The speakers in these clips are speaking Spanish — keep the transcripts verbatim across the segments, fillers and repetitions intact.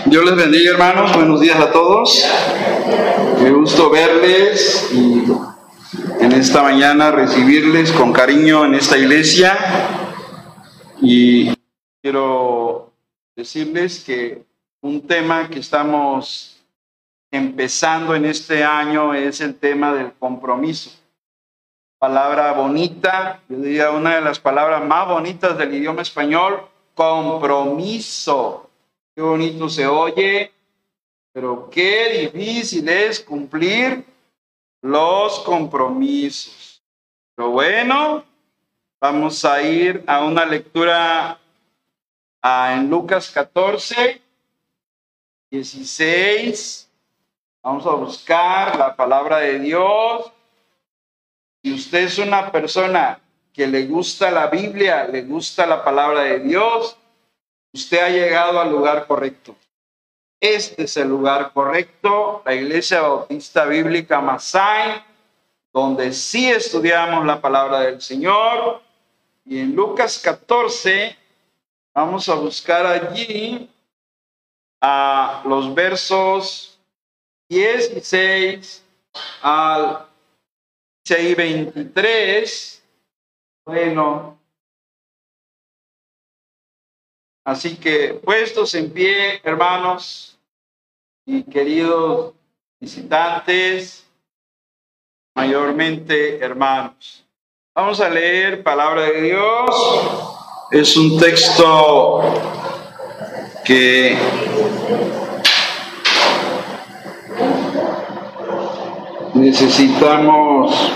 Dios les bendiga, hermanos. Buenos días a todos. Qué gusto verles y en esta mañana recibirles con cariño en esta iglesia. Y quiero decirles que un tema que estamos empezando en este año es el tema del compromiso. Palabra bonita, yo diría una de las palabras más bonitas del idioma español, compromiso. Qué bonito se oye, pero qué difícil es cumplir los compromisos. Pero bueno, vamos a ir a una lectura a, en Lucas catorce, dieciséis. Vamos a buscar la palabra de Dios. Si usted es una persona que le gusta la Biblia, le gusta la palabra de Dios, usted ha llegado al lugar correcto. Este es el lugar correcto, la Iglesia Bautista Bíblica Masai, donde sí estudiamos la palabra del Señor. Y en Lucas catorce vamos a buscar allí a los versos dieciséis al veintitrés. Bueno, así que puestos en pie, hermanos y queridos visitantes, mayormente hermanos, vamos a leer palabra de Dios. Es un texto que necesitamos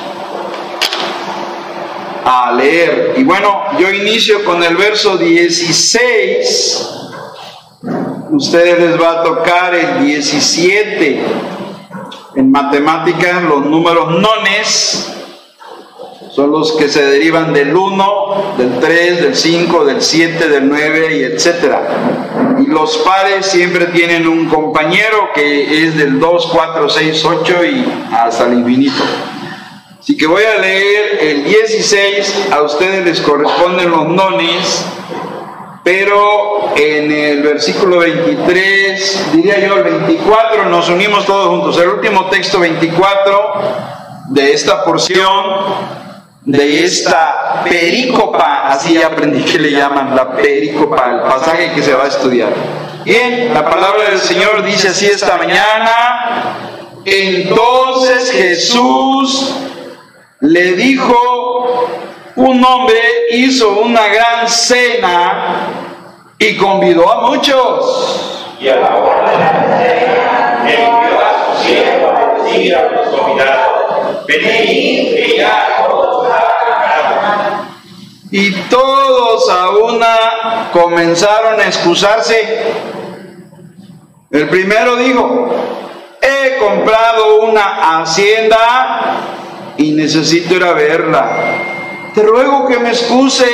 a leer. Y bueno, yo inicio con el verso dieciséis. Ustedes les va a tocar el diecisiete. En matemáticas, los números nones son los que se derivan del uno, del tres, del cinco, del siete, del nueve, y etcétera. Y los pares siempre tienen un compañero que es del dos, cuatro, seis, ocho y hasta el infinito. Así que voy a leer el dieciséis, a ustedes les corresponden los nones, pero en el versículo veintitrés, diría yo el veinticuatro, nos unimos todos juntos. El último texto veinticuatro de esta porción, de esta perícopa, así aprendí que le llaman, la perícopa, el pasaje que se va a estudiar. Bien, la palabra del Señor dice así esta mañana: entonces Jesús le dijo, un hombre hizo una gran cena y convidó a muchos. Y a la hora de la cena envió a su siervo a decir a los convidados: venid, que ya todo está preparado. Y todos a una comenzaron a excusarse. El primero dijo: he comprado una hacienda y necesito ir a verla. Te ruego que me excuses.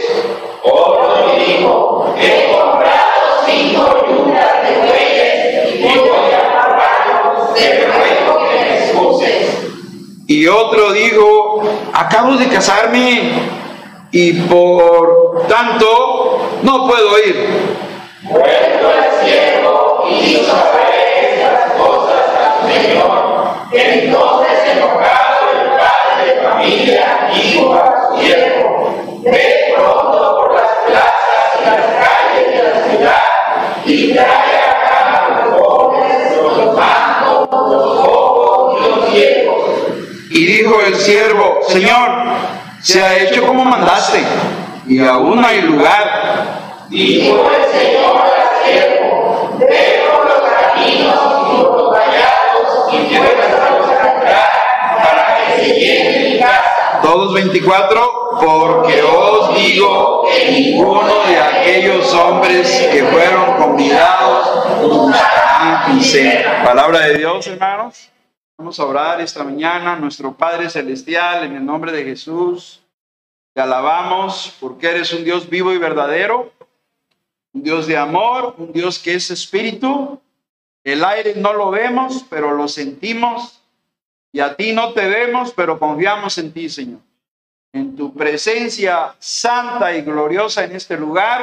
Otro dijo: he comprado cinco yuntas de bueyes y voy a probarlos. Te ruego que me excuses. Y otro dijo: acabo de casarme y por tanto no puedo ir. Vuelto el siervo hizo saber estas cosas a su señor. Entonces, enojado el padre de familia dijo a su siervo: ve pronto por las plazas y las calles de la ciudad y trae acá a los jóvenes, los mancos, los cojos y los ciegos. Y dijo el siervo: Señor, se ha hecho como mandaste, y aún hay lugar. Dijo el Señor al siervo: ve por los caminos y por los vallados y muéstralos a entrar para que se llene mi casa. Todos veinticuatro, porque os digo que ninguno de aquellos hombres que fueron convidados buscará mi cena. Palabra de Dios, hermanos. Vamos a orar esta mañana. Nuestro Padre Celestial, en el nombre de Jesús, te alabamos porque eres un Dios vivo y verdadero, un Dios de amor, un Dios que es espíritu. El aire no lo vemos, pero lo sentimos. Y a ti no te vemos, pero confiamos en ti, Señor. En tu presencia santa y gloriosa en este lugar,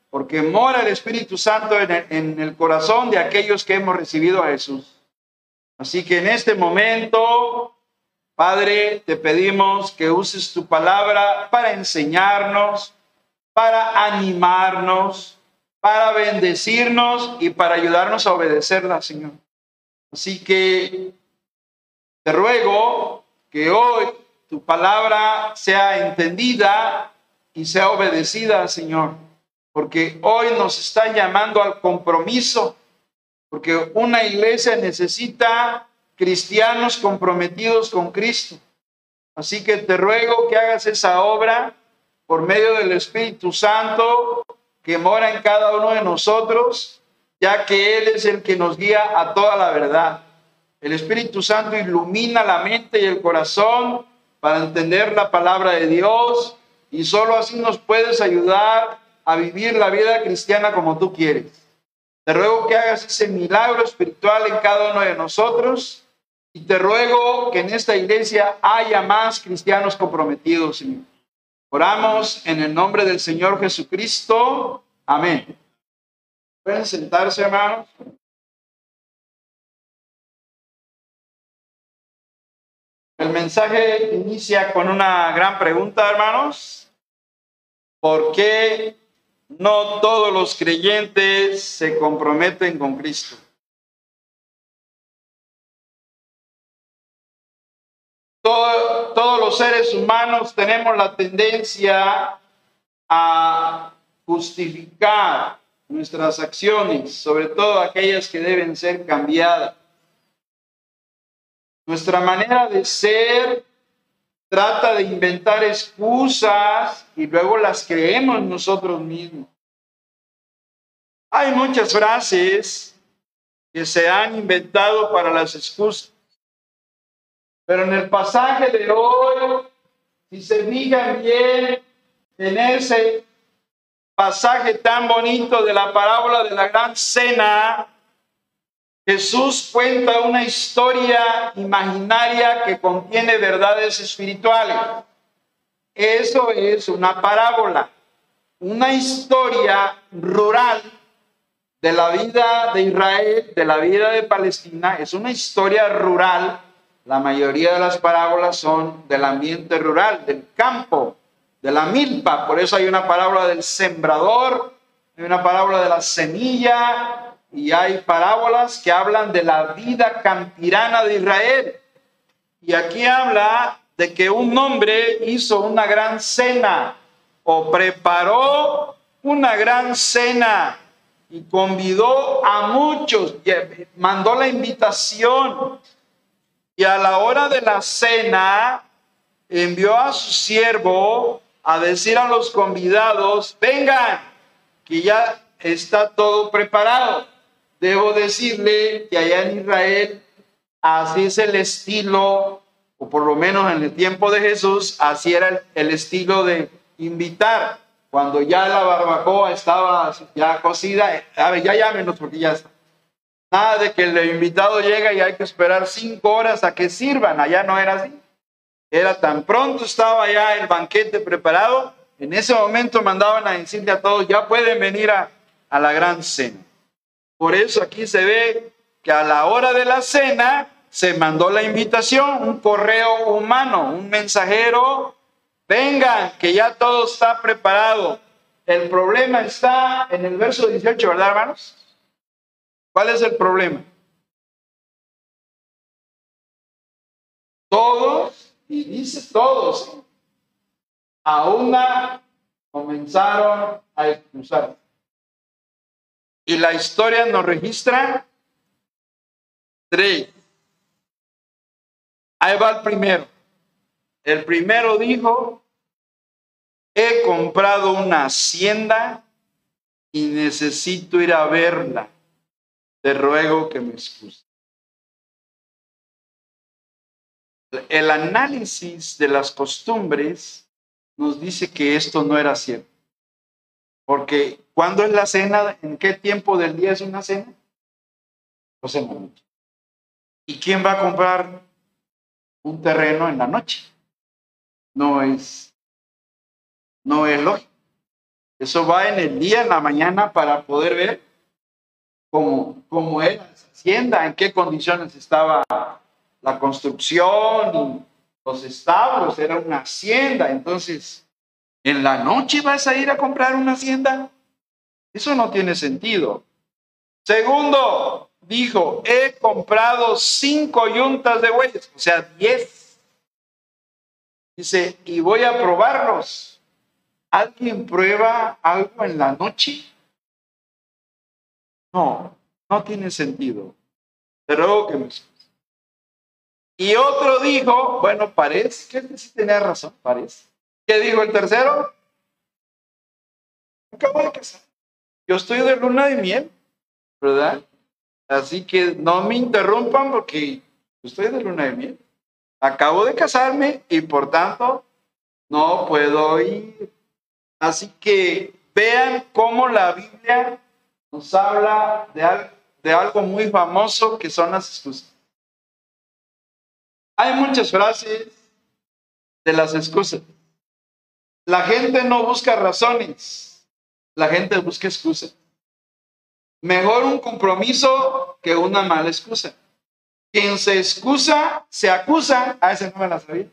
porque mora el Espíritu Santo en el, en el corazón de aquellos que hemos recibido a Jesús. Así que en este momento, Padre, te pedimos que uses tu palabra para enseñarnos, para animarnos, para bendecirnos y para ayudarnos a obedecerla, Señor. Así que te ruego que hoy tu palabra sea entendida y sea obedecida, Señor, porque hoy nos está llamando al compromiso, porque una iglesia necesita cristianos comprometidos con Cristo. Así que te ruego que hagas esa obra por medio del Espíritu Santo que mora en cada uno de nosotros, ya que Él es el que nos guía a toda la verdad. El Espíritu Santo ilumina la mente y el corazón para entender la palabra de Dios, y solo así nos puedes ayudar a vivir la vida cristiana como tú quieres. Te ruego que hagas ese milagro espiritual en cada uno de nosotros, y te ruego que en esta iglesia haya más cristianos comprometidos, Señor. Oramos en el nombre del Señor Jesucristo. Amén. ¿Pueden sentarse, hermanos? El mensaje inicia con una gran pregunta, hermanos. ¿Por qué no todos los creyentes se comprometen con Cristo? Todo, todos los seres humanos tenemos la tendencia a justificar nuestras acciones, sobre todo aquellas que deben ser cambiadas. Nuestra manera de ser trata de inventar excusas y luego las creemos nosotros mismos. Hay muchas frases que se han inventado para las excusas, pero en el pasaje de hoy, si se fijan bien en ese pasaje tan bonito de la parábola de la gran cena, Jesús cuenta una historia imaginaria que contiene verdades espirituales. Eso es una parábola, una historia rural de la vida de Israel, de la vida de Palestina. Es una historia rural. La mayoría de las parábolas son del ambiente rural, del campo, de la milpa. Por eso hay una parábola del sembrador, hay una parábola de la semilla, y hay parábolas que hablan de la vida campirana de Israel. Y aquí habla de que un hombre hizo una gran cena, o preparó una gran cena, y convidó a muchos, mandó la invitación. Y a la hora de la cena, envió a su siervo a decir a los convidados: vengan, que ya está todo preparado. Debo decirle que allá en Israel, así es el estilo, o por lo menos en el tiempo de Jesús, así era el, el estilo de invitar. Cuando ya la barbacoa estaba ya cocida, a ver, ya llámenos porque ya está. Nada de que el invitado llega y hay que esperar cinco horas a que sirvan. Allá no era así. Era tan pronto estaba ya el banquete preparado, en ese momento mandaban a decirle a todos: ya pueden venir a, a la gran cena. Por eso aquí se ve que a la hora de la cena se mandó la invitación, un correo humano, un mensajero: vengan, que ya todo está preparado. El problema está en el verso dieciocho, ¿verdad, hermanos? ¿Cuál es el problema? Todos, y dice todos, a una comenzaron a excusar. Y la historia nos registra tres. Ahí va el primero. El primero dijo: he comprado una hacienda y necesito ir a verla. Te ruego que me excuses. El análisis de las costumbres nos dice que esto no era cierto. Porque ¿cuándo es la cena? ¿En qué tiempo del día es una cena? Pues en la noche. ¿Y quién va a comprar un terreno en la noche? No es, no es lógico. Eso va en el día, en la mañana, para poder ver cómo, cómo era esa hacienda, en qué condiciones estaba la construcción y los establos. Era una hacienda. Entonces, ¿en la noche vas a ir a comprar una hacienda? Eso no tiene sentido. Segundo, dijo, he comprado cinco yuntas de bueyes, o sea, diez. Dice, y voy a probarlos. ¿Alguien prueba algo en la noche? No, no tiene sentido. Te ruego que me excuses. Y otro dijo, bueno, parece que este sí tenía razón, parece. ¿Qué dijo el tercero? Acabo de casar. Yo estoy de luna de miel, ¿verdad? Así que no me interrumpan porque estoy de luna de miel. Acabo de casarme y por tanto no puedo ir. Así que vean cómo la Biblia nos habla de algo, de algo muy famoso que son las excusas. Hay muchas frases de las excusas. La gente no busca razones, la gente busca excusas. Mejor un compromiso que una mala excusa. Quien se excusa, se acusa. A ese no me la sabía.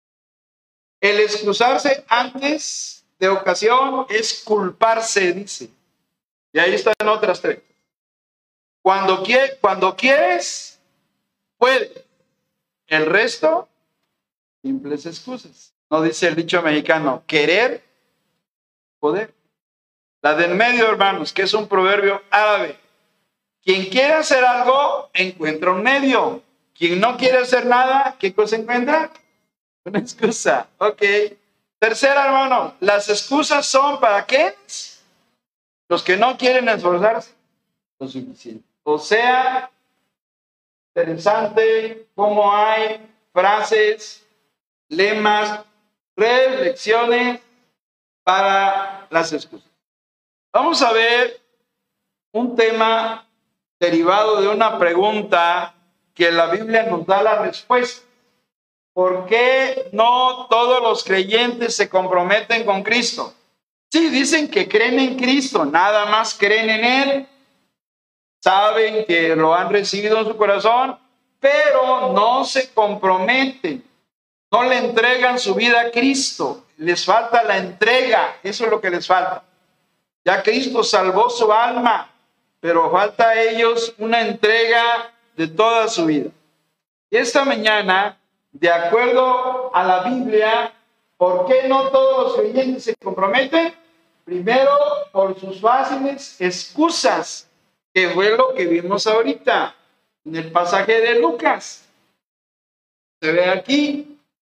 El excusarse antes de ocasión es culparse, dice. Y ahí están otras tres. Cuando, quiere, cuando quieres, puedes. El resto, simples excusas. No dice el dicho mexicano, querer, poder. La del medio, hermanos, que es un proverbio árabe. Quien quiere hacer algo, encuentra un medio. Quien no quiere hacer nada, ¿qué cosa encuentra? Una excusa. Ok. Tercera, hermano, las excusas son ¿para qué? Los que no quieren esforzarse lo suficiente. O sea, interesante cómo hay frases, lemas, reflexiones para las excusas. Vamos a ver un tema derivado de una pregunta que la Biblia nos da la respuesta. ¿Por qué no todos los creyentes se comprometen con Cristo? Sí, dicen que creen en Cristo, nada más creen en Él. Saben que lo han recibido en su corazón, pero no se comprometen. No le entregan su vida a Cristo. Les falta la entrega, eso es lo que les falta. Ya Cristo salvó su alma, pero falta a ellos una entrega de toda su vida. Y esta mañana, de acuerdo a la Biblia, ¿por qué no todos los creyentes se comprometen? Primero, por sus fáciles excusas, que fue lo que vimos ahorita en el pasaje de Lucas. Se ve aquí.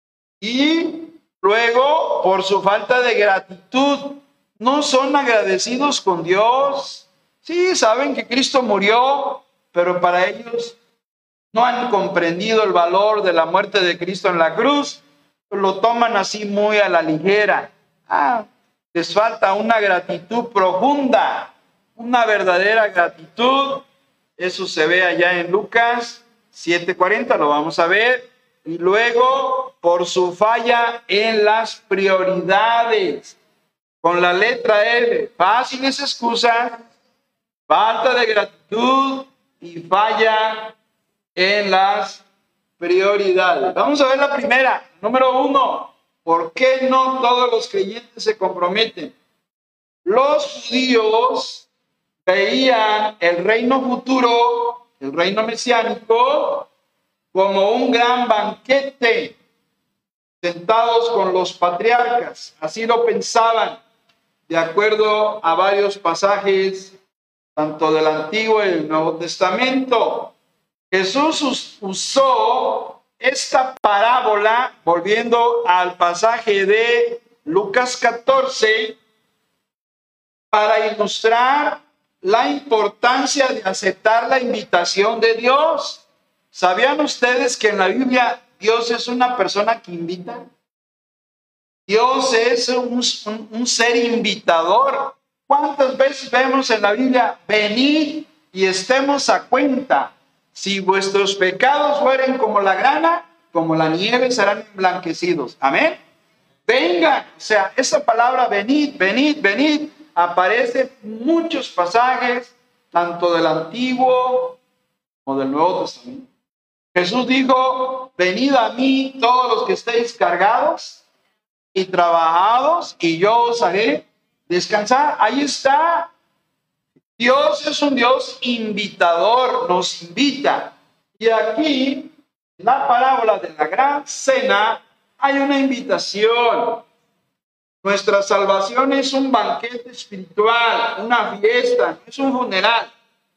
Y luego, por su falta de gratitud, no son agradecidos con Dios. Sí, saben que Cristo murió, pero para ellos no han comprendido el valor de la muerte de Cristo en la cruz. Lo toman así muy a la ligera. Ah, les falta una gratitud profunda, una verdadera gratitud. Eso se ve allá en Lucas siete cuarenta, lo vamos a ver. Y luego, por su falla en las prioridades, con la letra L, fáciles excusas, falta de gratitud y falla en las prioridades. Vamos a ver la primera. Número uno, ¿por qué no todos los creyentes se comprometen? Los judíos veían el reino futuro, el reino mesiánico, como un gran banquete, sentados con los patriarcas. Así lo pensaban, de acuerdo a varios pasajes, tanto del Antiguo y del Nuevo Testamento. Jesús usó esta parábola, volviendo al pasaje de Lucas catorce, para ilustrar la importancia de aceptar la invitación de Dios. ¿Sabían ustedes que en la Biblia Dios es una persona que invita? Dios es un, un, un ser invitador. ¿Cuántas veces vemos en la Biblia, venid y estemos a cuenta? Si vuestros pecados fueren como la grana, como la nieve serán emblanquecidos. Amén. Vengan, o sea, esa palabra venid, venid, venid, aparece muchos pasajes, tanto del Antiguo como del Nuevo Testamento. Jesús dijo, venid a mí todos los que estéis cargados y trabajados, y yo os haré descansar. Ahí está. Dios es un Dios invitador, nos invita. Y aquí, en la parábola de la gran cena, hay una invitación. Nuestra salvación es un banquete espiritual, una fiesta, es un funeral.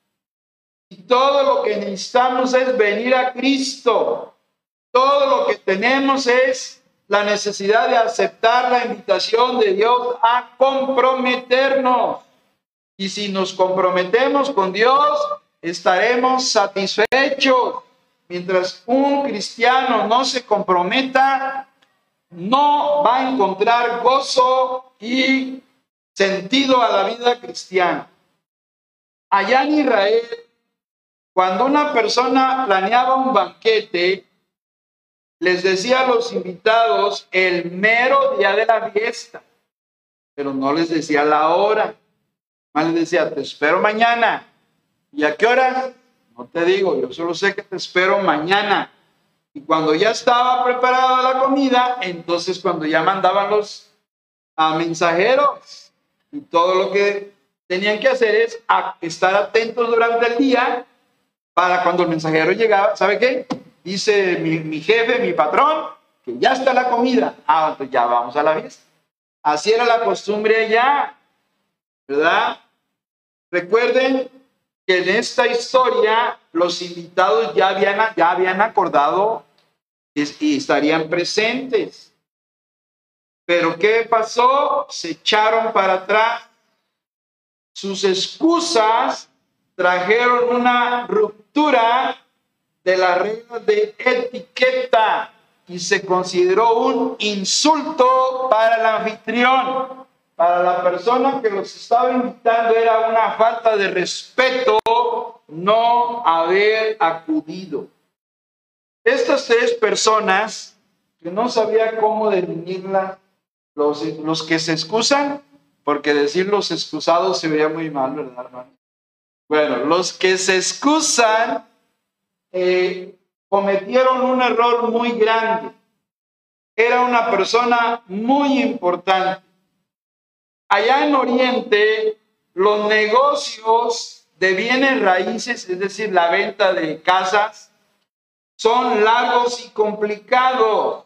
Y todo lo que necesitamos es venir a Cristo. Todo lo que tenemos es la necesidad de aceptar la invitación de Dios a comprometernos. Y si nos comprometemos con Dios, estaremos satisfechos. Mientras un cristiano no se comprometa, no va a encontrar gozo y sentido a la vida cristiana. Allá en Israel, cuando una persona planeaba un banquete, les decía a los invitados el mero día de la fiesta, pero no les decía la hora. Más les decía, te espero mañana. ¿Y a qué hora? No te digo, yo solo sé que te espero mañana. Y cuando ya estaba preparada la comida, entonces cuando ya mandaban los a mensajeros, y todo lo que tenían que hacer es a estar atentos durante el día, para cuando el mensajero llegaba, ¿sabe qué? Dice mi, mi jefe, mi patrón, que ya está la comida. Ah, entonces ya vamos a la fiesta. Así era la costumbre allá, ¿verdad? Recuerden que en esta historia los invitados ya habían, ya habían acordado y estarían presentes. Pero ¿qué pasó? Se echaron para atrás. Sus excusas trajeron una ruptura de las reglas de etiqueta y se consideró un insulto para el anfitrión. Para la persona que los estaba invitando era una falta de respeto no haber acudido. Estas tres personas, que no sabía cómo definirlas, los, los que se excusan, porque decir los excusados se veía muy mal, ¿verdad, hermano? Bueno, los que se excusan eh, cometieron un error muy grande. Era una persona muy importante. Allá en Oriente, los negocios de bienes raíces, es decir, la venta de casas, son largos y complicados.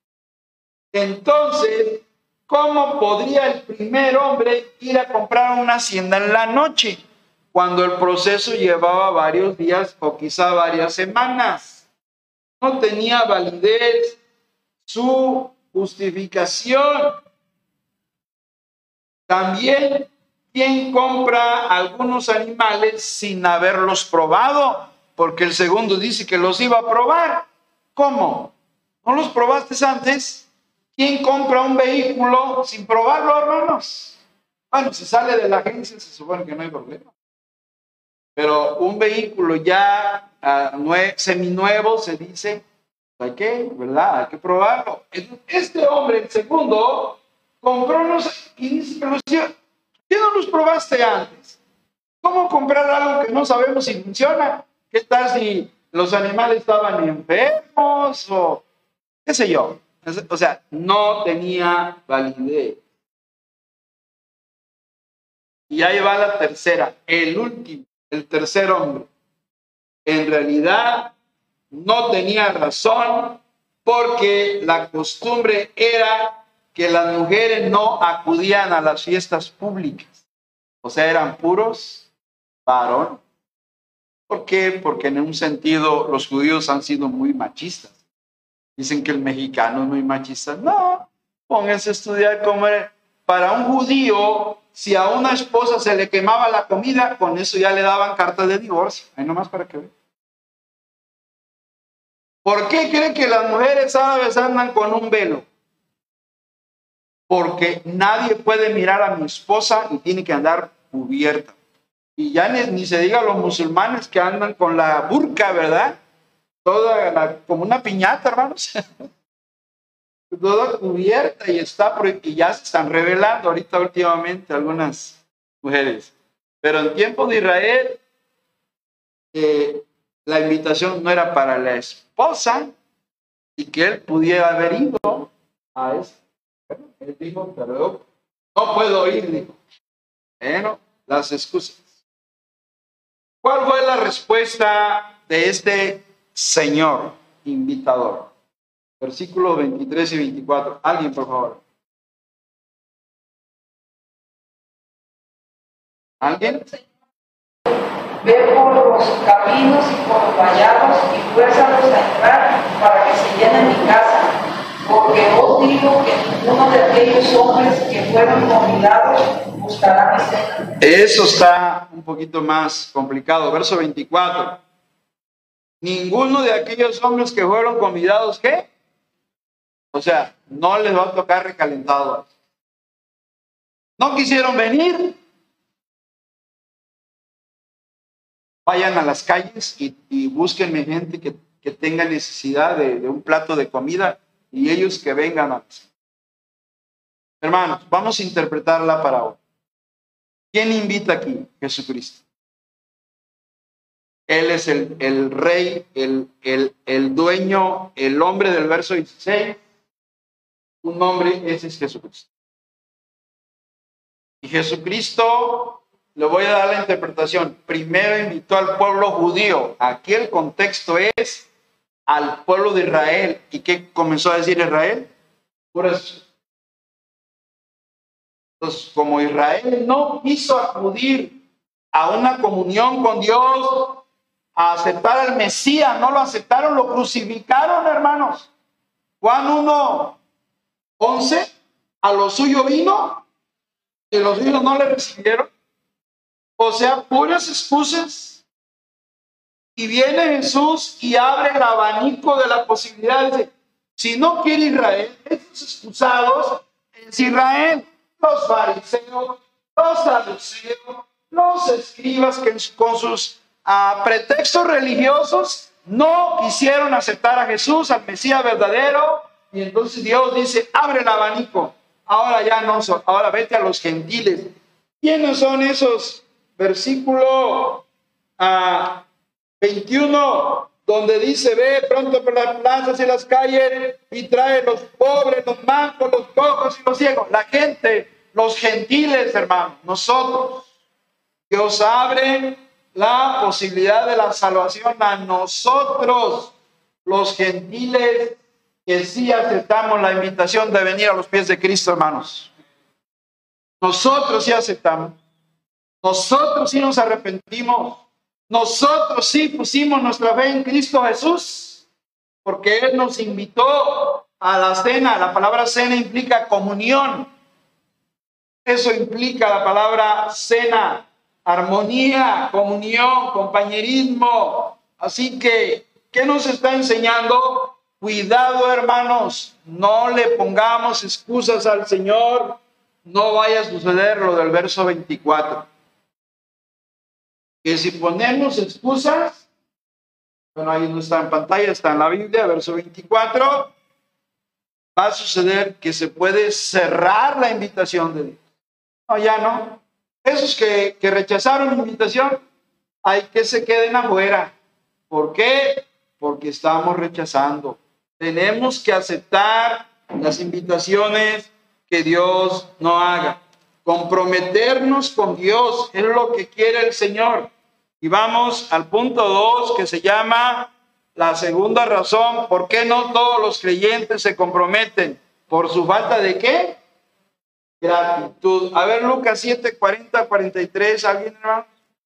Entonces, ¿cómo podría el primer hombre ir a comprar una hacienda en la noche, cuando el proceso llevaba varios días o quizá varias semanas? No tenía validez su justificación. También, ¿quién compra algunos animales sin haberlos probado? Porque el segundo dice que los iba a probar. ¿Cómo? ¿No los probaste antes? ¿Quién compra un vehículo sin probarlo, hermanos? Bueno, si sale de la agencia se supone que no hay problema. Pero un vehículo ya uh, nue seminuevo se dice, hay que, ¿verdad? Hay que probarlo. Este hombre, el segundo, compró unos y dice que los ¿qué no los probaste antes? ¿Cómo comprar algo que no sabemos si funciona? ¿Qué tal si los animales estaban enfermos o qué sé yo? O sea, no tenía validez. Y ahí va la tercera, el último, el tercer hombre. En realidad no tenía razón, porque la costumbre era que las mujeres no acudían a las fiestas públicas. O sea, eran puros varones. ¿Por qué? Porque en un sentido los judíos han sido muy machistas. Dicen que el mexicano es muy machista. No, pónganse a estudiar cómo era. Para un judío, si a una esposa se le quemaba la comida, con eso ya le daban carta de divorcio. Ahí nomás para que vean. ¿Por qué creen que las mujeres árabes andan con un velo? Porque nadie puede mirar a mi esposa y tiene que andar cubierta. Y ya ni, ni se diga los musulmanes que andan con la burka, ¿verdad? Toda la, como una piñata, hermanos. Toda cubierta y, está, y ya se están revelando ahorita últimamente algunas mujeres. Pero en tiempo de Israel, eh, la invitación no era para la esposa y que él pudiera haber ido a eso. Bueno, él dijo, pero no puedo ir, dijo. Bueno, las excusas. ¿Cuál fue la respuesta de este señor invitador? Versículos veintitrés y veinticuatro. Alguien, por favor. ¿Alguien? Ve por los caminos y por los vallados y fuérzalos a entrar para que se llenen mi casa, porque os digo que ninguno de aquellos hombres que fueron convidados gustará mi cena. Eso está un poquito más complicado. Verso veinticuatro. Ninguno de aquellos hombres que fueron convidados, ¿qué? O sea, no les va a tocar recalentado. No quisieron venir. Vayan a las calles y, y búsquenme gente que, que tenga necesidad de, de un plato de comida y ellos que vengan a las. Hermanos, vamos a interpretar la parábola. ¿Quién invita aquí? Jesucristo. Él es el, el rey, el, el, el dueño, el hombre del verso dieciséis. Un hombre, ese es Jesucristo. Y Jesucristo, le voy a dar la interpretación. Primero invitó al pueblo judío. Aquí el contexto es al pueblo de Israel. ¿Y qué comenzó a decir Israel? Por eso. Entonces, como Israel no quiso acudir a una comunión con Dios, a aceptar al Mesías, no lo aceptaron, lo crucificaron, hermanos. Juan uno, once, a lo suyo vino y los suyos no le recibieron. O sea, puras excusas. Y viene Jesús y abre el abanico de la posibilidad. Dice, si no quiere Israel, estos excusados es Israel. Los fariseos, los saduceos, los escribas que con sus uh, pretextos religiosos no quisieron aceptar a Jesús, al Mesías verdadero. Y entonces Dios dice, abre el abanico. Ahora ya no, ahora vete a los gentiles. ¿Quiénes son esos? Versículo uh, veintiuno, donde dice, ve pronto por las plazas y las calles y trae los pobres, los mancos, los cojos y los ciegos. La gente, los gentiles, hermanos, nosotros. Dios abre la posibilidad de la salvación a nosotros, los gentiles, que sí aceptamos la invitación de venir a los pies de Cristo, hermanos. Nosotros sí aceptamos. Nosotros sí nos arrepentimos. Nosotros sí pusimos nuestra fe en Cristo Jesús, porque Él nos invitó a la cena. La palabra cena implica comunión. Eso implica la palabra cena, armonía, comunión, compañerismo. Así que, ¿qué nos está enseñando? Cuidado, hermanos, no le pongamos excusas al Señor. No vaya a suceder lo del verso veinticuatro. Que si ponemos excusas, bueno, ahí no está en pantalla, está en la Biblia, verso veinticuatro, va a suceder que se puede cerrar la invitación de Dios. No, ya no. Esos que, que rechazaron la invitación, hay que se queden afuera. ¿Por qué? Porque estamos rechazando. Tenemos que aceptar las invitaciones que Dios nos haga. Comprometernos con Dios es lo que quiere el Señor. Y vamos al punto dos, que se llama la segunda razón. ¿Por qué no todos los creyentes se comprometen? ¿Por su falta de qué? Gratitud. A ver, Lucas siete, cuarenta, cuarenta y tres. ¿Alguien, hermano?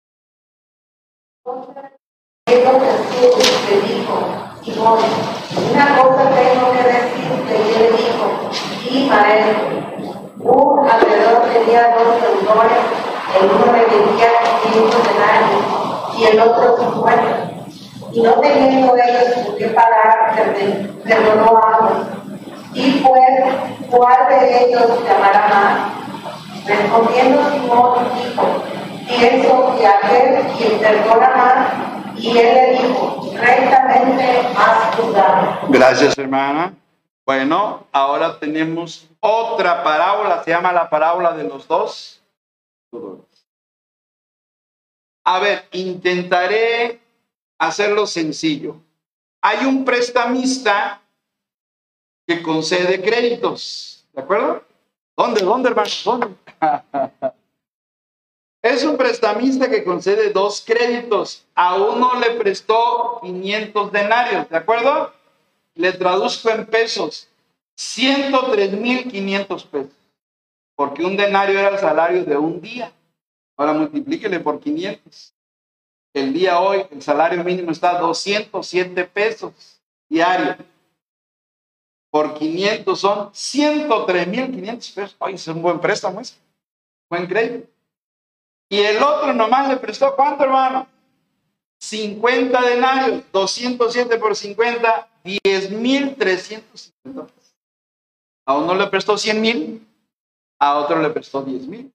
Jesús le dijo, Simón, una cosa tengo que decirte. Y él dijo, sí, maestro. Un alrededor tenía dos deudores, el uno le debía quinientos denarios y el otro cincuenta. Y no teniendo ellos por qué pagar, perdonó a ambos. Y pues, ¿cuál de ellos llamará más? Respondiendo Simón dijo, pienso que aquel quien perdona más. Y él le dijo, rectamente has juzgado. Gracias, hermana. Bueno, ahora tenemos otra parábola, se llama la parábola de los dos. A ver, intentaré hacerlo sencillo. Hay un prestamista que concede créditos, ¿de acuerdo? ¿Dónde, dónde, hermano? ¿Dónde? Es un prestamista que concede dos créditos. A uno le prestó quinientos denarios, ¿de acuerdo? Le traduzco en pesos. ciento tres mil quinientos pesos. Porque un denario era el salario de un día. Ahora multiplíquele por quinientos. El día hoy, el salario mínimo está a doscientos siete pesos diario. Por quinientos son ciento tres mil quinientos pesos. Oye, es un buen préstamo ese. Buen crédito. Y el otro nomás le prestó, ¿cuánto, hermano? cincuenta denarios. doscientos siete por cincuenta, diez mil trescientos cincuenta pesos. A uno le prestó cien mil, a otro le prestó diez mil.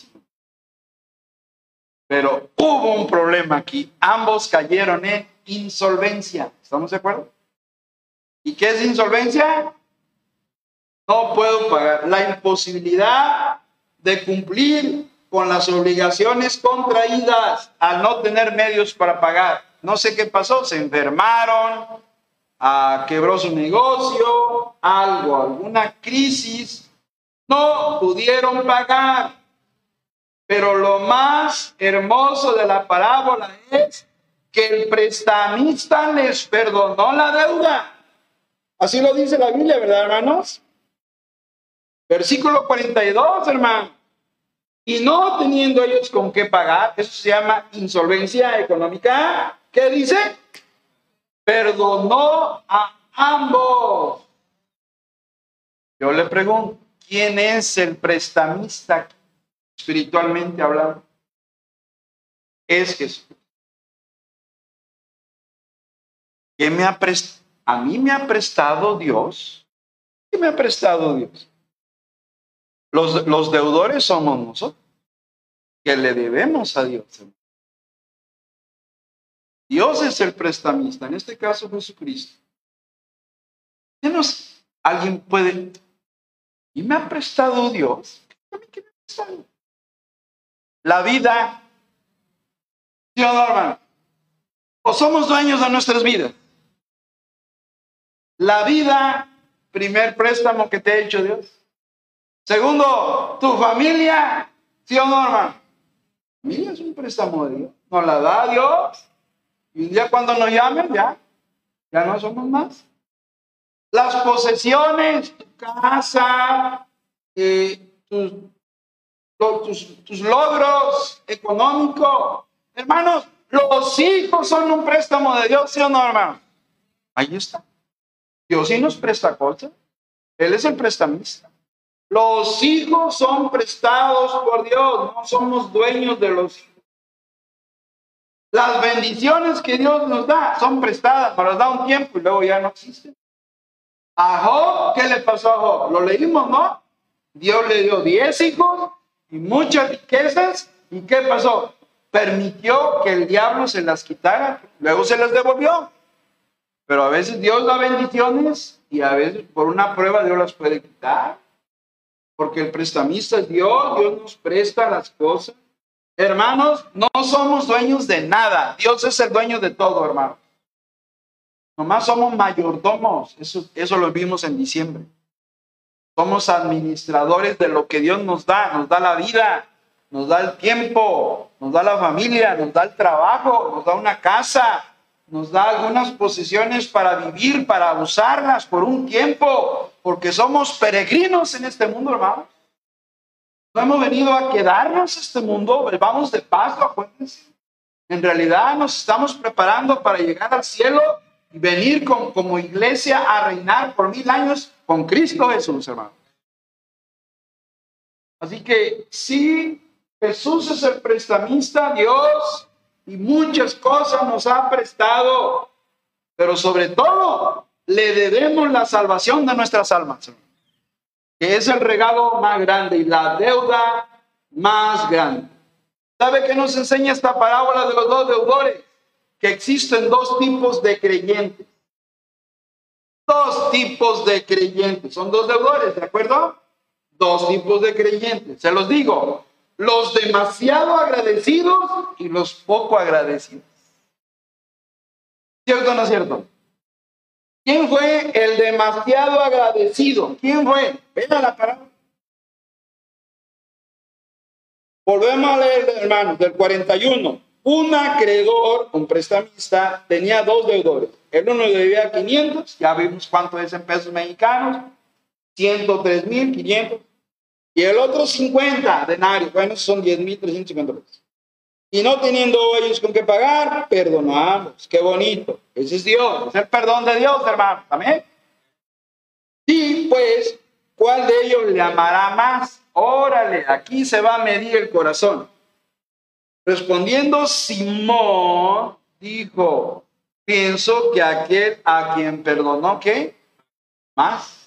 Pero hubo un problema aquí. Ambos cayeron en insolvencia. ¿Estamos de acuerdo? ¿Y qué es insolvencia? No puedo pagar. La imposibilidad de cumplir con las obligaciones contraídas al no tener medios para pagar. No sé qué pasó. Se enfermaron, ah, quebró su negocio, algo, alguna crisis. No pudieron pagar. Pero lo más hermoso de la parábola es que el prestamista les perdonó la deuda. Así lo dice la Biblia, ¿verdad, hermanos? Versículo cuarenta y dos, hermano. Y no teniendo ellos con qué pagar, eso se llama insolvencia económica. ¿Qué dice? Perdonó a ambos. Yo le pregunto, ¿quién es el prestamista espiritualmente hablando? Es Jesús. ¿Qué me ha prestado? A mí me ha prestado Dios. ¿Qué me ha prestado Dios? Los, los deudores somos nosotros, que le debemos a Dios. Dios es el prestamista, en este caso Jesucristo. ¿Qué nos, alguien puede? ¿Y me ha prestado Dios? ¿Qué me ha prestado? La vida. ¿Sí o no, hermano? ¿O somos dueños de nuestras vidas? La vida, primer préstamo que te ha hecho Dios. Segundo, tu familia. ¿Sí o no, hermano? Familia es un préstamo de Dios. Nos la da Dios. Y un día cuando nos llamen, ya, ya no somos más. Las posesiones, tu casa, eh, tus, tus, tus logros económicos. Hermanos, los hijos son un préstamo de Dios, ¿sí o no, hermano? Ahí está. Dios sí nos presta cosas. Él es el prestamista. Los hijos son prestados por Dios. No somos dueños de los hijos. Las bendiciones que Dios nos da son prestadas. Nos las da un tiempo y luego ya no existen. A Job, ¿qué le pasó a Job? Lo leímos, ¿no? Dios le dio diez hijos y muchas riquezas. ¿Y qué pasó? Permitió que el diablo se las quitara. Luego se las devolvió. Pero a veces Dios da bendiciones y a veces por una prueba Dios las puede quitar. Porque el prestamista es Dios, Dios nos presta las cosas. Hermanos, no somos dueños de nada. Dios es el dueño de todo, hermanos. Nomás somos mayordomos. Eso, eso lo vimos en diciembre. Somos administradores de lo que Dios nos da. Nos da la vida, nos da el tiempo, nos da la familia, nos da el trabajo, nos da una casa, nos da algunas posesiones para vivir, para usarlas por un tiempo, porque somos peregrinos en este mundo, hermanos. No hemos venido a quedarnos en este mundo, vamos de paso, acuérdense. En realidad nos estamos preparando para llegar al cielo y venir con, como iglesia a reinar por mil años con Cristo Jesús, hermanos. Así que sí, Jesús es el prestamista, Dios, y muchas cosas nos ha prestado, pero sobre todo le debemos la salvación de nuestras almas, que es el regalo más grande y la deuda más grande. ¿Sabe qué nos enseña esta parábola de los dos deudores? Que existen dos tipos de creyentes. Dos tipos de creyentes. Son dos deudores, ¿de acuerdo? Dos tipos de creyentes. Se los digo. los demasiado agradecidos y los poco agradecidos. ¿Cierto o no es cierto? ¿Quién fue el demasiado agradecido? ¿Quién fue? Ven a la parábola. Volvemos a leer, hermanos, del cuarenta y uno. Un acreedor, un prestamista, tenía dos deudores. El uno le debía quinientos, ya vimos cuánto es en pesos mexicanos, ciento tres mil quinientos. Y el otro cincuenta denarios, bueno, son diez mil trescientos cincuenta pesos. Y no teniendo ellos con qué pagar, perdonamos. Qué bonito. Ese es Dios, es el perdón de Dios, hermano. Amén. Y pues, ¿cuál de ellos le amará más? Órale, aquí se va a medir el corazón. Respondiendo Simón, dijo, pienso que aquel a quien perdonó, ¿qué? Más.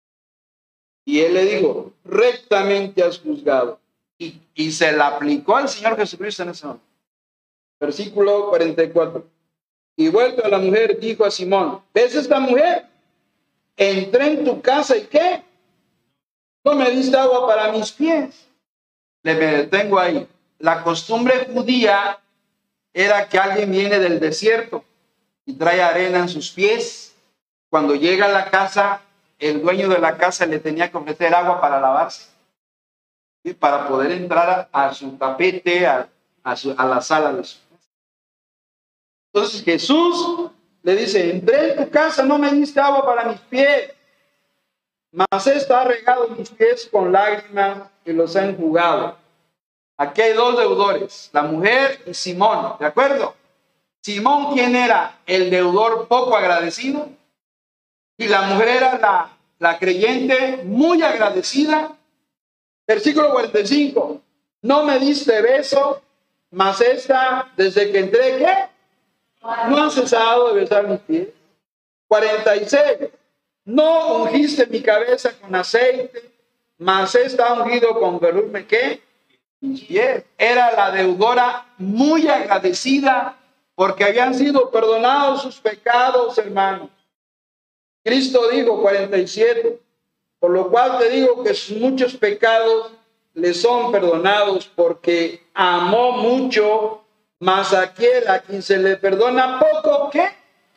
Y él le dijo, rectamente has juzgado. Y, y se la aplicó al Señor Jesucristo en ese momento. Versículo cuarenta y cuatro. Y vuelto a la mujer, dijo a Simón, ¿ves esta mujer? Entré en tu casa y ¿qué? No me diste agua para mis pies. Le me detengo ahí. La costumbre judía era que alguien viene del desierto y trae arena en sus pies. Cuando llega a la casa, el dueño de la casa le tenía que ofrecer agua para lavarse, ¿sí? Para poder entrar a, a su tapete, a, a, su, a la sala de su casa. Entonces Jesús le dice, entré en tu casa, no me diste agua para mis pies, mas esta ha regado mis pies con lágrimas y los ha enjugado. Aquí hay dos deudores, la mujer y Simón, ¿de acuerdo? Simón, ¿quién era? El deudor poco agradecido. Y la mujer era la, la creyente muy agradecida. Versículo cuarenta y cinco. No me diste beso, mas esta, desde que entré, ¿qué? No han cesado de besar mis pies. cuarenta y seis. No ungiste mi cabeza con aceite, mas esta ha ungido con perfume, ¿qué? Mis pies. Era la deudora muy agradecida porque habían sido perdonados sus pecados, hermanos. Cristo dijo, cuarenta y siete, por lo cual te digo que sus muchos pecados le son perdonados porque amó mucho, mas aquel a quien se le perdona poco, ¿qué?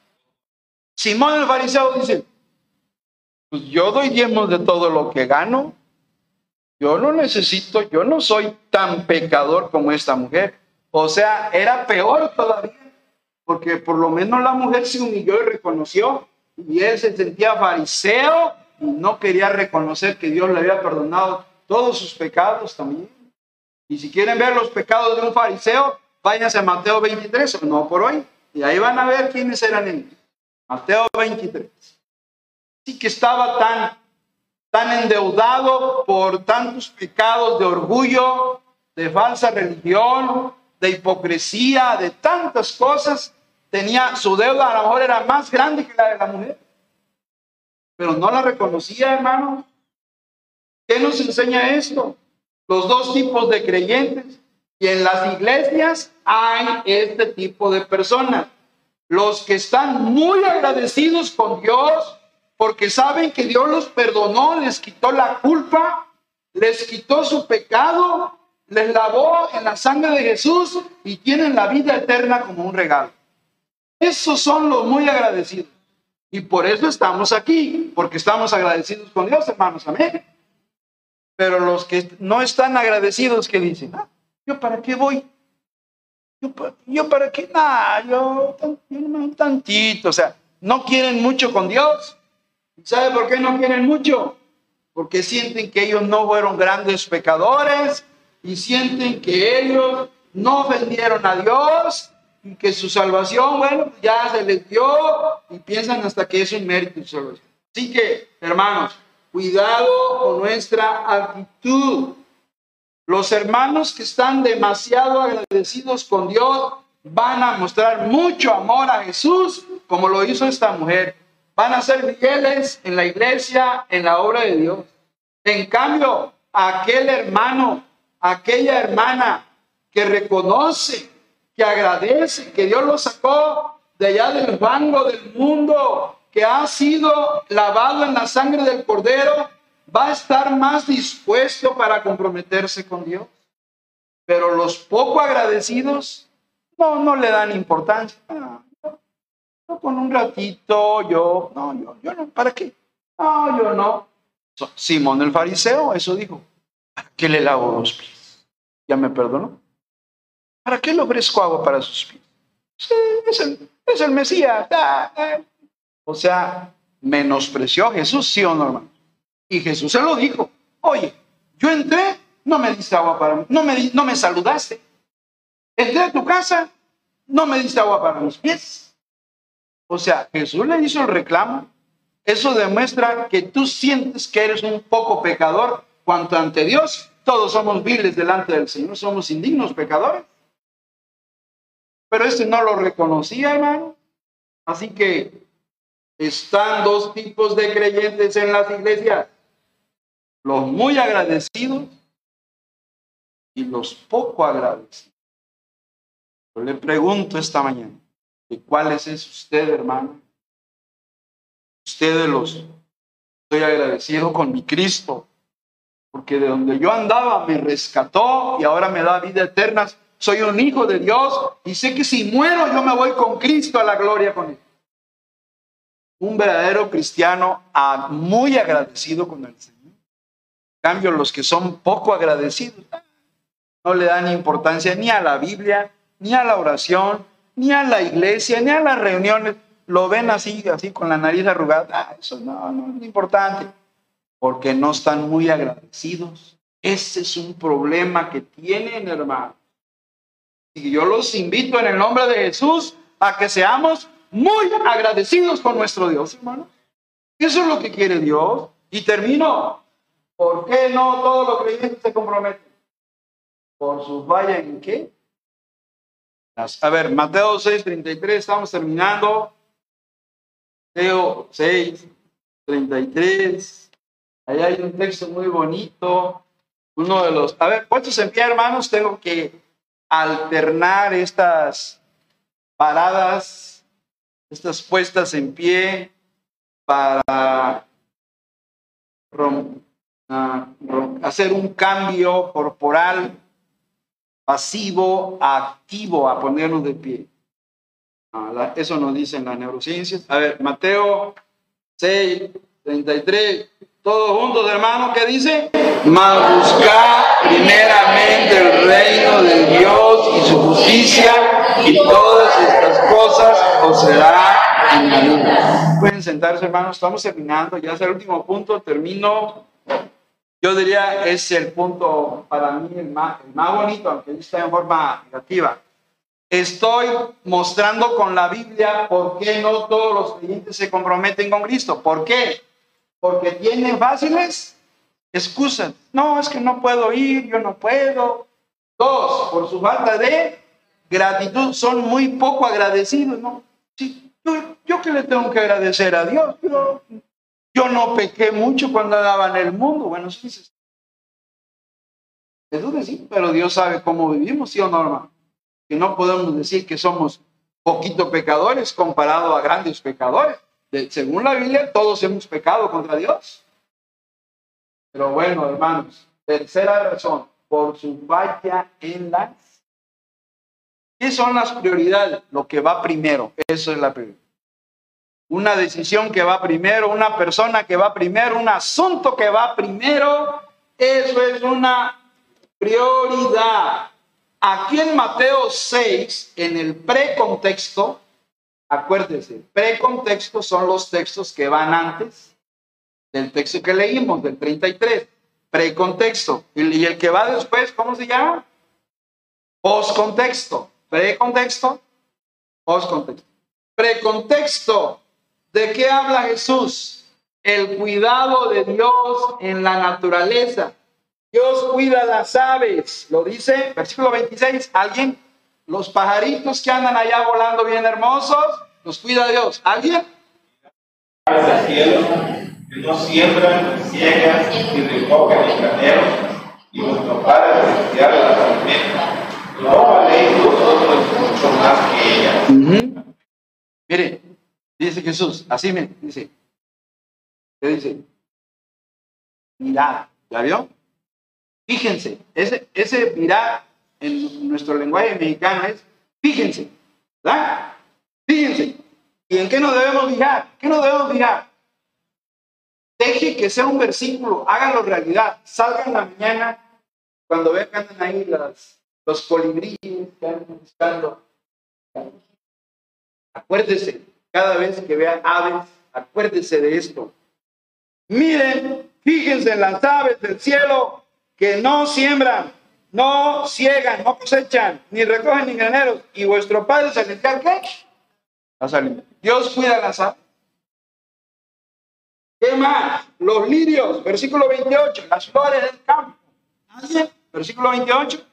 Simón el fariseo dice, pues yo doy diezmos de todo lo que gano. Yo no necesito, yo no soy tan pecador como esta mujer. O sea, era peor todavía, porque por lo menos la mujer se humilló y reconoció, y él se sentía fariseo y no quería reconocer que Dios le había perdonado todos sus pecados también. Y si quieren ver los pecados de un fariseo, váyanse a Mateo veintitrés, no por hoy, y ahí van a ver quiénes eran ellos. Mateo veintitrés. Así que estaba tan, tan endeudado por tantos pecados de orgullo, de falsa religión, de hipocresía, de tantas cosas. Tenía su deuda, a lo mejor era más grande que la de la mujer, pero no la reconocía, hermano. ¿Qué nos enseña esto? Los dos tipos de creyentes. Y en las iglesias hay este tipo de personas. Los que están muy agradecidos con Dios porque saben que Dios los perdonó, les quitó la culpa, les quitó su pecado, les lavó en la sangre de Jesús y tienen la vida eterna como un regalo. Esos son los muy agradecidos. Y por eso estamos aquí, porque estamos agradecidos con Dios, hermanos. Amén. Pero los que no están agradecidos, ¿qué dicen? Ah, ¿yo para qué voy? ¿Yo, yo para qué? Nada, yo, yo un tantito. O sea, no quieren mucho con Dios. ¿Sabe por qué no quieren mucho? Porque sienten que ellos no fueron grandes pecadores y sienten que ellos no ofendieron a Dios y que su salvación, bueno, ya se les dio y piensan hasta que es un mérito su salvación. Así que, hermanos, cuidado con nuestra actitud. Los hermanos que están demasiado agradecidos con Dios van a mostrar mucho amor a Jesús, como lo hizo esta mujer. Van a ser fieles en la iglesia, en la obra de Dios. En cambio, aquel hermano, aquella hermana que reconoce, que agradece, que Dios lo sacó de allá del fango del mundo, que ha sido lavado en la sangre del Cordero, va a estar más dispuesto para comprometerse con Dios. Pero los poco agradecidos no, no le dan importancia. Ah, yo, yo con un ratito, yo, no, yo, yo no, ¿para qué? No, yo no. Simón el fariseo, eso dijo. ¿Para qué le lavo los pies? ¿Ya me perdonó? ¿Para qué le ofrezco agua para sus pies? Sí, es el, es el Mesías. Ah, ah. O sea, menospreció a Jesús, ¿sí o no, hermano? Y Jesús se lo dijo. Oye, yo entré, no me diste agua para mí, no me, no me saludaste. Entré a tu casa, no me diste agua para mis pies. O sea, Jesús le hizo el reclamo. Eso demuestra que tú sientes que eres un poco pecador, cuanto ante Dios todos somos viles delante del Señor, somos indignos pecadores. Pero este no lo reconocía, hermano. Así que están dos tipos de creyentes en las iglesias: los muy agradecidos y los poco agradecidos. Yo le pregunto esta mañana, ¿de cuáles es usted, hermano? Usted de los, estoy agradecido con mi Cristo, porque de donde yo andaba me rescató y ahora me da vida eterna. Soy un hijo de Dios y sé que si muero yo me voy con Cristo a la gloria con él. Un verdadero cristiano muy agradecido con el Señor. En cambio, los que son poco agradecidos no le dan importancia ni a la Biblia, ni a la oración, ni a la iglesia, ni a las reuniones. Lo ven así, así con la nariz arrugada. Ah, eso no, no es importante. Porque no están muy agradecidos. Ese es un problema que tienen, hermano. Y yo los invito en el nombre de Jesús a que seamos muy agradecidos con nuestro Dios, hermano. Eso es lo que quiere Dios. Y termino. ¿Por qué no todos los creyentes se comprometen? ¿Por sus fallas en qué? A ver, Mateo seis, treinta y tres, estamos terminando. Mateo seis, treinta y tres. Allá hay un texto muy bonito. Uno de los... A ver, puestos en pie, hermanos, tengo que alternar estas paradas, estas puestas en pie para rom, uh, rom, hacer un cambio corporal pasivo a activo, a ponernos de pie. Uh, la, eso nos dicen las neurociencias. A ver, Mateo seis, treinta y tres. Todos juntos, hermanos, ¿qué dice? Mas buscad primeramente el reino de Dios y su justicia, y todas estas cosas os serán añadidas. Pueden sentarse, hermanos, estamos terminando, ya es el último punto, termino. Yo diría, es el punto para mí el más, el más bonito, aunque está en forma negativa. Estoy mostrando con la Biblia por qué no todos los creyentes se comprometen con Cristo. ¿Por qué? Porque tienen fáciles excusas. No, es que no puedo ir, yo no puedo. Dos, por su falta de gratitud, son muy poco agradecidos, ¿no? Sí, yo, yo que le tengo que agradecer a Dios. Yo, yo no pequé mucho cuando andaba en el mundo. Bueno, sí, sí. Eso sí, pero Dios sabe cómo vivimos, ¿sí o no, hermano? Que no podemos decir que somos poquito pecadores comparado a grandes pecadores. De, según la Biblia, todos hemos pecado contra Dios. Pero bueno, hermanos, tercera razón, por su falla en las... ¿Qué son las prioridades? Lo que va primero, eso es la prioridad. Una decisión que va primero, una persona que va primero, un asunto que va primero, eso es una prioridad. Aquí en Mateo seis, en el precontexto, acuérdense, precontexto son los textos que van antes del texto que leímos, del treinta y tres. Precontexto. Y el que va después, ¿cómo se llama? Postcontexto. Precontexto, postcontexto. Precontexto. ¿De qué habla Jesús? El cuidado de Dios en la naturaleza. Dios cuida las aves. Lo dice, versículo veintiséis. ¿Alguien? Los pajaritos que andan allá volando bien hermosos, los cuida Dios. ¿Alguien? Al cielo, que no siembran, ni ciegan, ni recogen ni graneros, y vuestro Padre celestial las alimenta. ¿No valéis vosotros mucho más que ellas? Uh-huh. Mire, dice Jesús, así me dice. ¿Qué dice? Mirad, ¿ya vio? Fíjense, ese, ese mirad en nuestro lenguaje mexicano es fíjense, ¿verdad? Fíjense. ¿Y en qué nos debemos fijar? ¿Qué nos debemos fijar? Deje que sea un versículo, háganlo realidad. Salgan en la mañana, cuando vean que andan ahí las, los colibríes que andan buscando. Acuérdese, cada vez que vean aves, acuérdese de esto. Miren, fíjense en las aves del cielo que no siembran, no ciegan, no cosechan, ni recogen ni graneros. Y vuestro Padre Celestial, ¿qué? Las alimenta. Dios cuida las aves. ¿Qué más? Los lirios, versículo veintiocho, las flores del campo. ¿Nadie? Versículo veintiocho.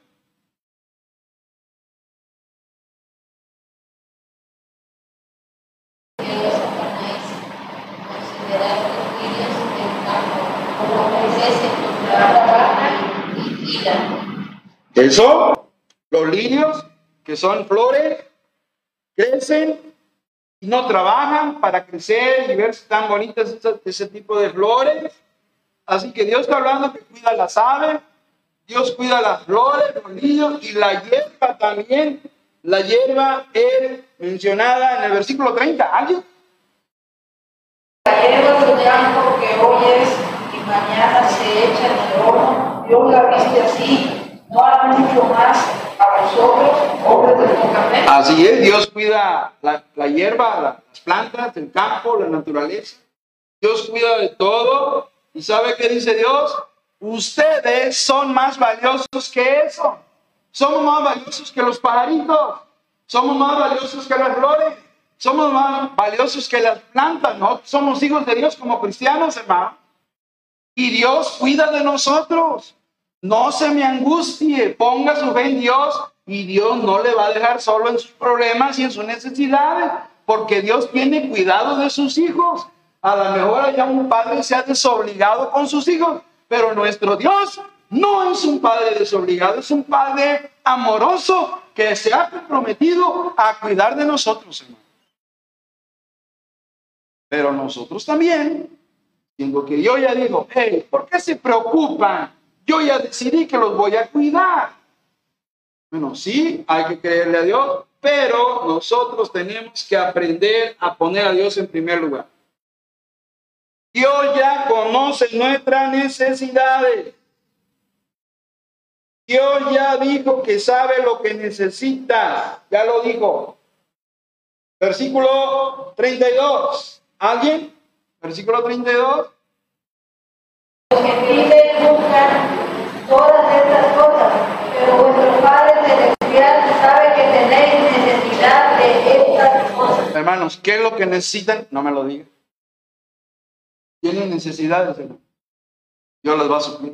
Eso, los lirios, que son flores, crecen y no trabajan para crecer y verse tan bonitas ese, ese tipo de flores. Así que Dios está hablando que cuida las aves, Dios cuida las flores, los lirios y la hierba también. La hierba es mencionada en el versículo treinta. ¿Alguien? La hierba del campo que hoy es y mañana se echa en el horno, Dios la viste así, no hará mucho más a vosotros, hombres de poca fe. Así es, Dios cuida la, la hierba, la, las plantas, el campo, la naturaleza. Dios cuida de todo. ¿Y sabe qué dice Dios? Ustedes son más valiosos que eso. Somos más valiosos que los pajaritos. Somos más valiosos que las flores. Somos más valiosos que las plantas, ¿no? Somos hijos de Dios como cristianos, hermano. Y Dios cuida de nosotros. No se me angustie, ponga su fe en Dios y Dios no le va a dejar solo en sus problemas y en sus necesidades, porque Dios tiene cuidado de sus hijos. A lo mejor allá un padre se ha desobligado con sus hijos, pero nuestro Dios no es un padre desobligado, es un padre amoroso que se ha comprometido a cuidar de nosotros, hermano. Pero nosotros también, siendo que yo ya digo, hey, ¿por qué se preocupan? Yo ya decidí que los voy a cuidar. Bueno, sí, hay que creerle a Dios, pero nosotros tenemos que aprender a poner a Dios en primer lugar. Dios ya conoce nuestras necesidades. Dios ya dijo que sabe lo que necesitas. Ya lo dijo. Versículo treinta y dos. ¿Alguien? Versículo treinta y dos. Los que piden buscan todas estas cosas, pero vuestro Padre Celestial sabe que tenéis necesidad de estas cosas. Hermanos, ¿qué es lo que necesitan? No me lo digan. Tienen necesidades, hermano. Dios las va a suplir.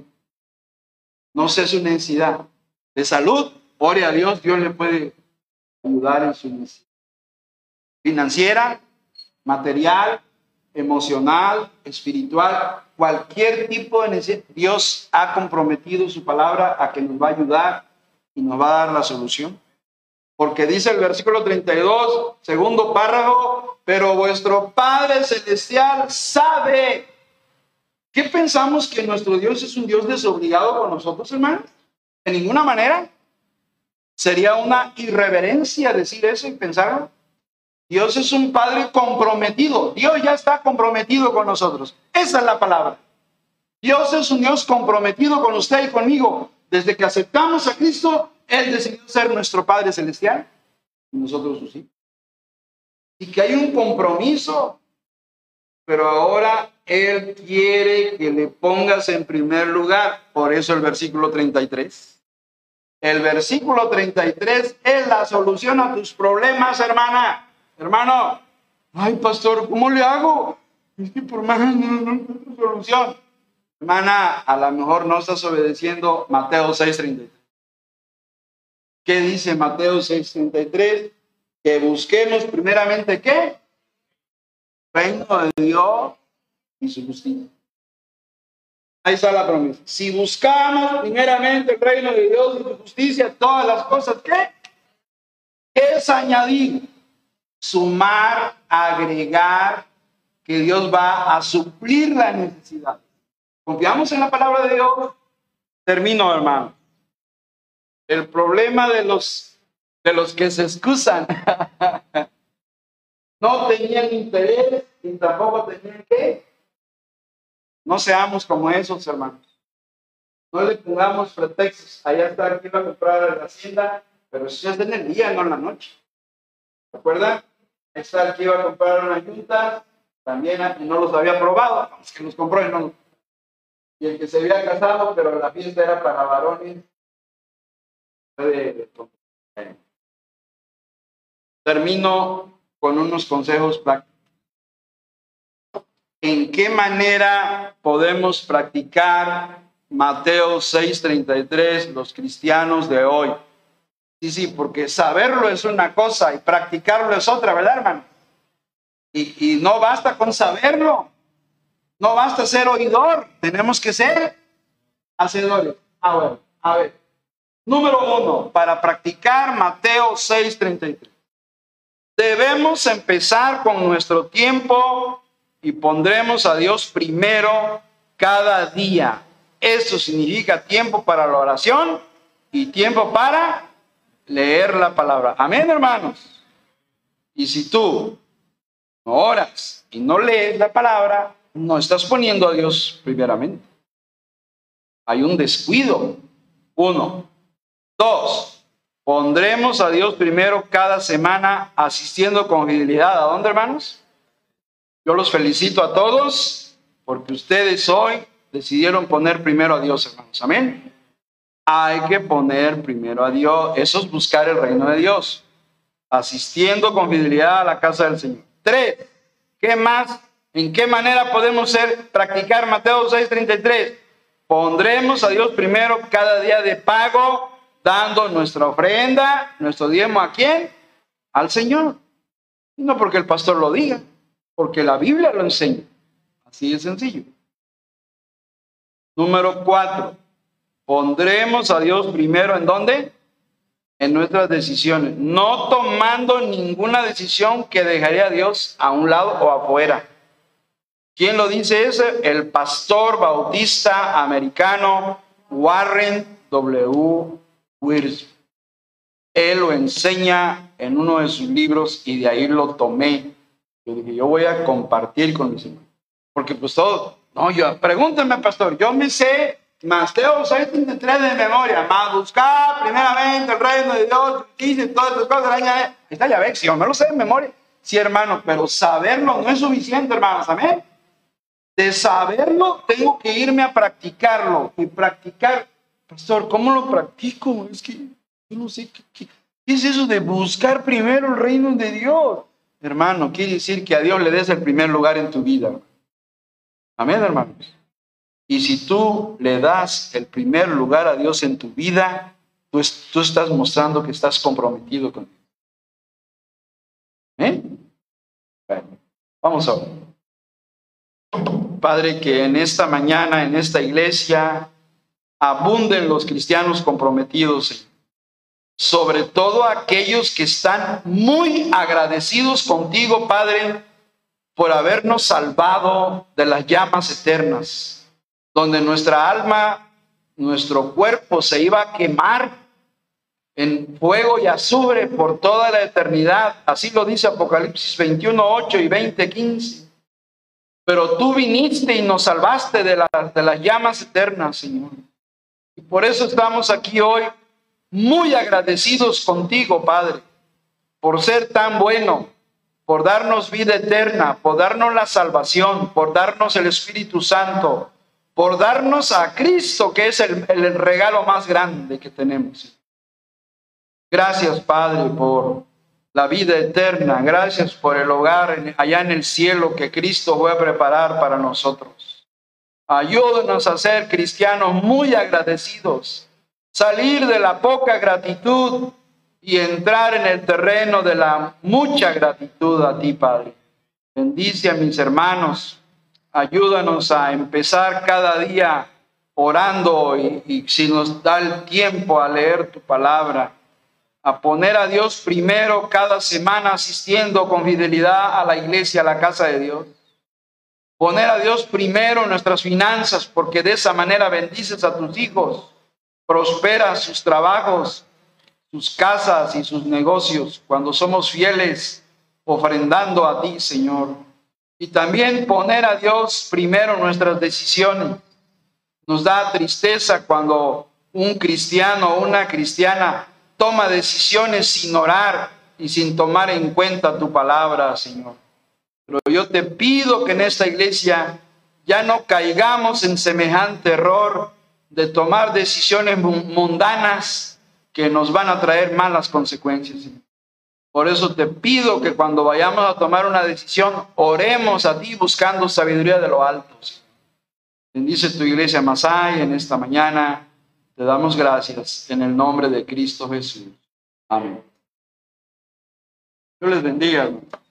No sé su necesidad de salud. Ore a Dios, Dios le puede ayudar en su necesidad financiera, material, emocional, espiritual, cualquier tipo de necesidad. Dios ha comprometido su palabra a que nos va a ayudar y nos va a dar la solución. Porque dice el versículo treinta y dos, segundo párrafo, pero vuestro Padre Celestial sabe. ¿Qué pensamos que nuestro Dios es un Dios desobligado con nosotros, hermanos? De ninguna manera. Sería una irreverencia decir eso y pensarlo. Dios es un Padre comprometido. Dios ya está comprometido con nosotros. Esa es la palabra. Dios es un Dios comprometido con usted y conmigo. Desde que aceptamos a Cristo, Él decidió ser nuestro Padre Celestial y nosotros sus hijos. Y que hay un compromiso, pero ahora Él quiere que le pongas en primer lugar. Por eso el versículo treinta y tres. El versículo treinta y tres es la solución a tus problemas, hermana. Hermano, ay, pastor, ¿cómo le hago? Es que por más no, no encuentro solución. Hermana, a lo mejor no estás obedeciendo Mateo seis treinta y tres. ¿Qué dice Mateo seis treinta y tres? Que busquemos primeramente, ¿qué? Reino de Dios y su justicia. Ahí está la promesa. Si buscamos primeramente el reino de Dios y su justicia, todas las cosas, ¿qué? Es añadir, sumar, agregar, que Dios va a suplir la necesidad. ¿Confiamos en la palabra de Dios? Termino, hermano. El problema de los, de los que se excusan, no tenían interés y tampoco tenían que. No seamos como esos, hermanos. No le pongamos pretextos. Allá está, aquí iba a comprar en la hacienda, pero eso es en el día, no en la noche. ¿Se acuerdan? Ahí está, el que iba a comprar una yunta, también no los había probado, es que los compró y no. Y el que se había casado, pero la fiesta era para varones. Termino con unos consejos prácticos. ¿En qué manera podemos practicar Mateo seis treinta y tres los cristianos de hoy? Sí, sí, porque saberlo es una cosa y practicarlo es otra, ¿verdad, hermano? Y, y no basta con saberlo, no basta ser oidor, tenemos que ser hacedores. A ver, a ver. Número uno, para practicar Mateo seis treinta y tres. Debemos empezar con nuestro tiempo y pondremos a Dios primero cada día. Eso significa tiempo para la oración y tiempo para leer la palabra. Amén, hermanos. Y si tú no oras y no lees la palabra, no estás poniendo a Dios primeramente. Hay un descuido. Uno. Dos. Pondremos a Dios primero cada semana asistiendo con fidelidad. ¿A dónde, hermanos? Yo los felicito a todos porque ustedes hoy decidieron poner primero a Dios, hermanos. Amén. Hay que poner primero a Dios. Eso es buscar el reino de Dios. Asistiendo con fidelidad a la casa del Señor. Tres. ¿Qué más? ¿En qué manera podemos ser, practicar Mateo seis treinta y tres? Pondremos a Dios primero cada día de pago, dando nuestra ofrenda, nuestro diezmo, ¿a quién? Al Señor. No porque el pastor lo diga, porque la Biblia lo enseña. Así de sencillo. Número cuatro. Pondremos a Dios primero, ¿en dónde? En nuestras decisiones. No tomando ninguna decisión que dejaría a Dios a un lado o afuera. ¿Quién lo dice ese? El pastor bautista americano Warren W. Wiersbe. Él lo enseña en uno de sus libros y de ahí lo tomé. Yo dije, yo voy a compartir con mis hermanos. Porque pues todo, no, yo, pregúntenme, pastor, yo me sé Mateo seis treinta y tres de memoria, más buscar primeramente el reino de Dios, justicia y todas estas cosas. Ahí está, ya ves, si yo me lo sé de memoria. Sí, hermano, pero saberlo no es suficiente, hermanos, amén. De saberlo, tengo que irme a practicarlo. Y practicar, pastor, ¿cómo lo practico? Es que yo no sé qué, qué, qué es eso de buscar primero el reino de Dios. Hermano, quiere decir que a Dios le des el primer lugar en tu vida. Amén, hermanos. Y si tú le das el primer lugar a Dios en tu vida, tú, tú estás mostrando que estás comprometido con Dios. ¿Eh? Bueno, vamos a ver. Padre, que en esta mañana, en esta iglesia, abunden los cristianos comprometidos, Señor. Sobre todo aquellos que están muy agradecidos contigo, Padre, por habernos salvado de las llamas eternas, donde nuestra alma, nuestro cuerpo se iba a quemar en fuego y azufre por toda la eternidad. Así lo dice Apocalipsis veintiuno, ocho y veinte, quince. Pero tú viniste y nos salvaste de, la, de las llamas eternas, Señor. Y por eso estamos aquí hoy muy agradecidos contigo, Padre, por ser tan bueno, por darnos vida eterna, por darnos la salvación, por darnos el Espíritu Santo, por darnos a Cristo, que es el, el regalo más grande que tenemos. Gracias, Padre, por la vida eterna. Gracias por el hogar allá en el cielo que Cristo va a preparar para nosotros. Ayúdanos a ser cristianos muy agradecidos, salir de la poca gratitud y entrar en el terreno de la mucha gratitud a ti, Padre. Bendice a mis hermanos. Ayúdanos a empezar cada día orando y, y si nos da el tiempo a leer tu palabra, a poner a Dios primero cada semana asistiendo con fidelidad a la iglesia, a la casa de Dios. Poner a Dios primero en nuestras finanzas, porque de esa manera bendices a tus hijos. Prospera sus trabajos, sus casas y sus negocios cuando somos fieles, ofrendando a ti, Señor. Y también poner a Dios primero en nuestras decisiones. Nos da tristeza cuando un cristiano o una cristiana toma decisiones sin orar y sin tomar en cuenta tu palabra, Señor. Pero yo te pido que en esta iglesia ya no caigamos en semejante error de tomar decisiones mundanas que nos van a traer malas consecuencias, Señor. Por eso te pido que cuando vayamos a tomar una decisión, oremos a ti buscando sabiduría de lo alto, Señor. Bendice tu iglesia Masai en esta mañana. Te damos gracias en el nombre de Cristo Jesús. Amén. Dios les bendiga, hermano.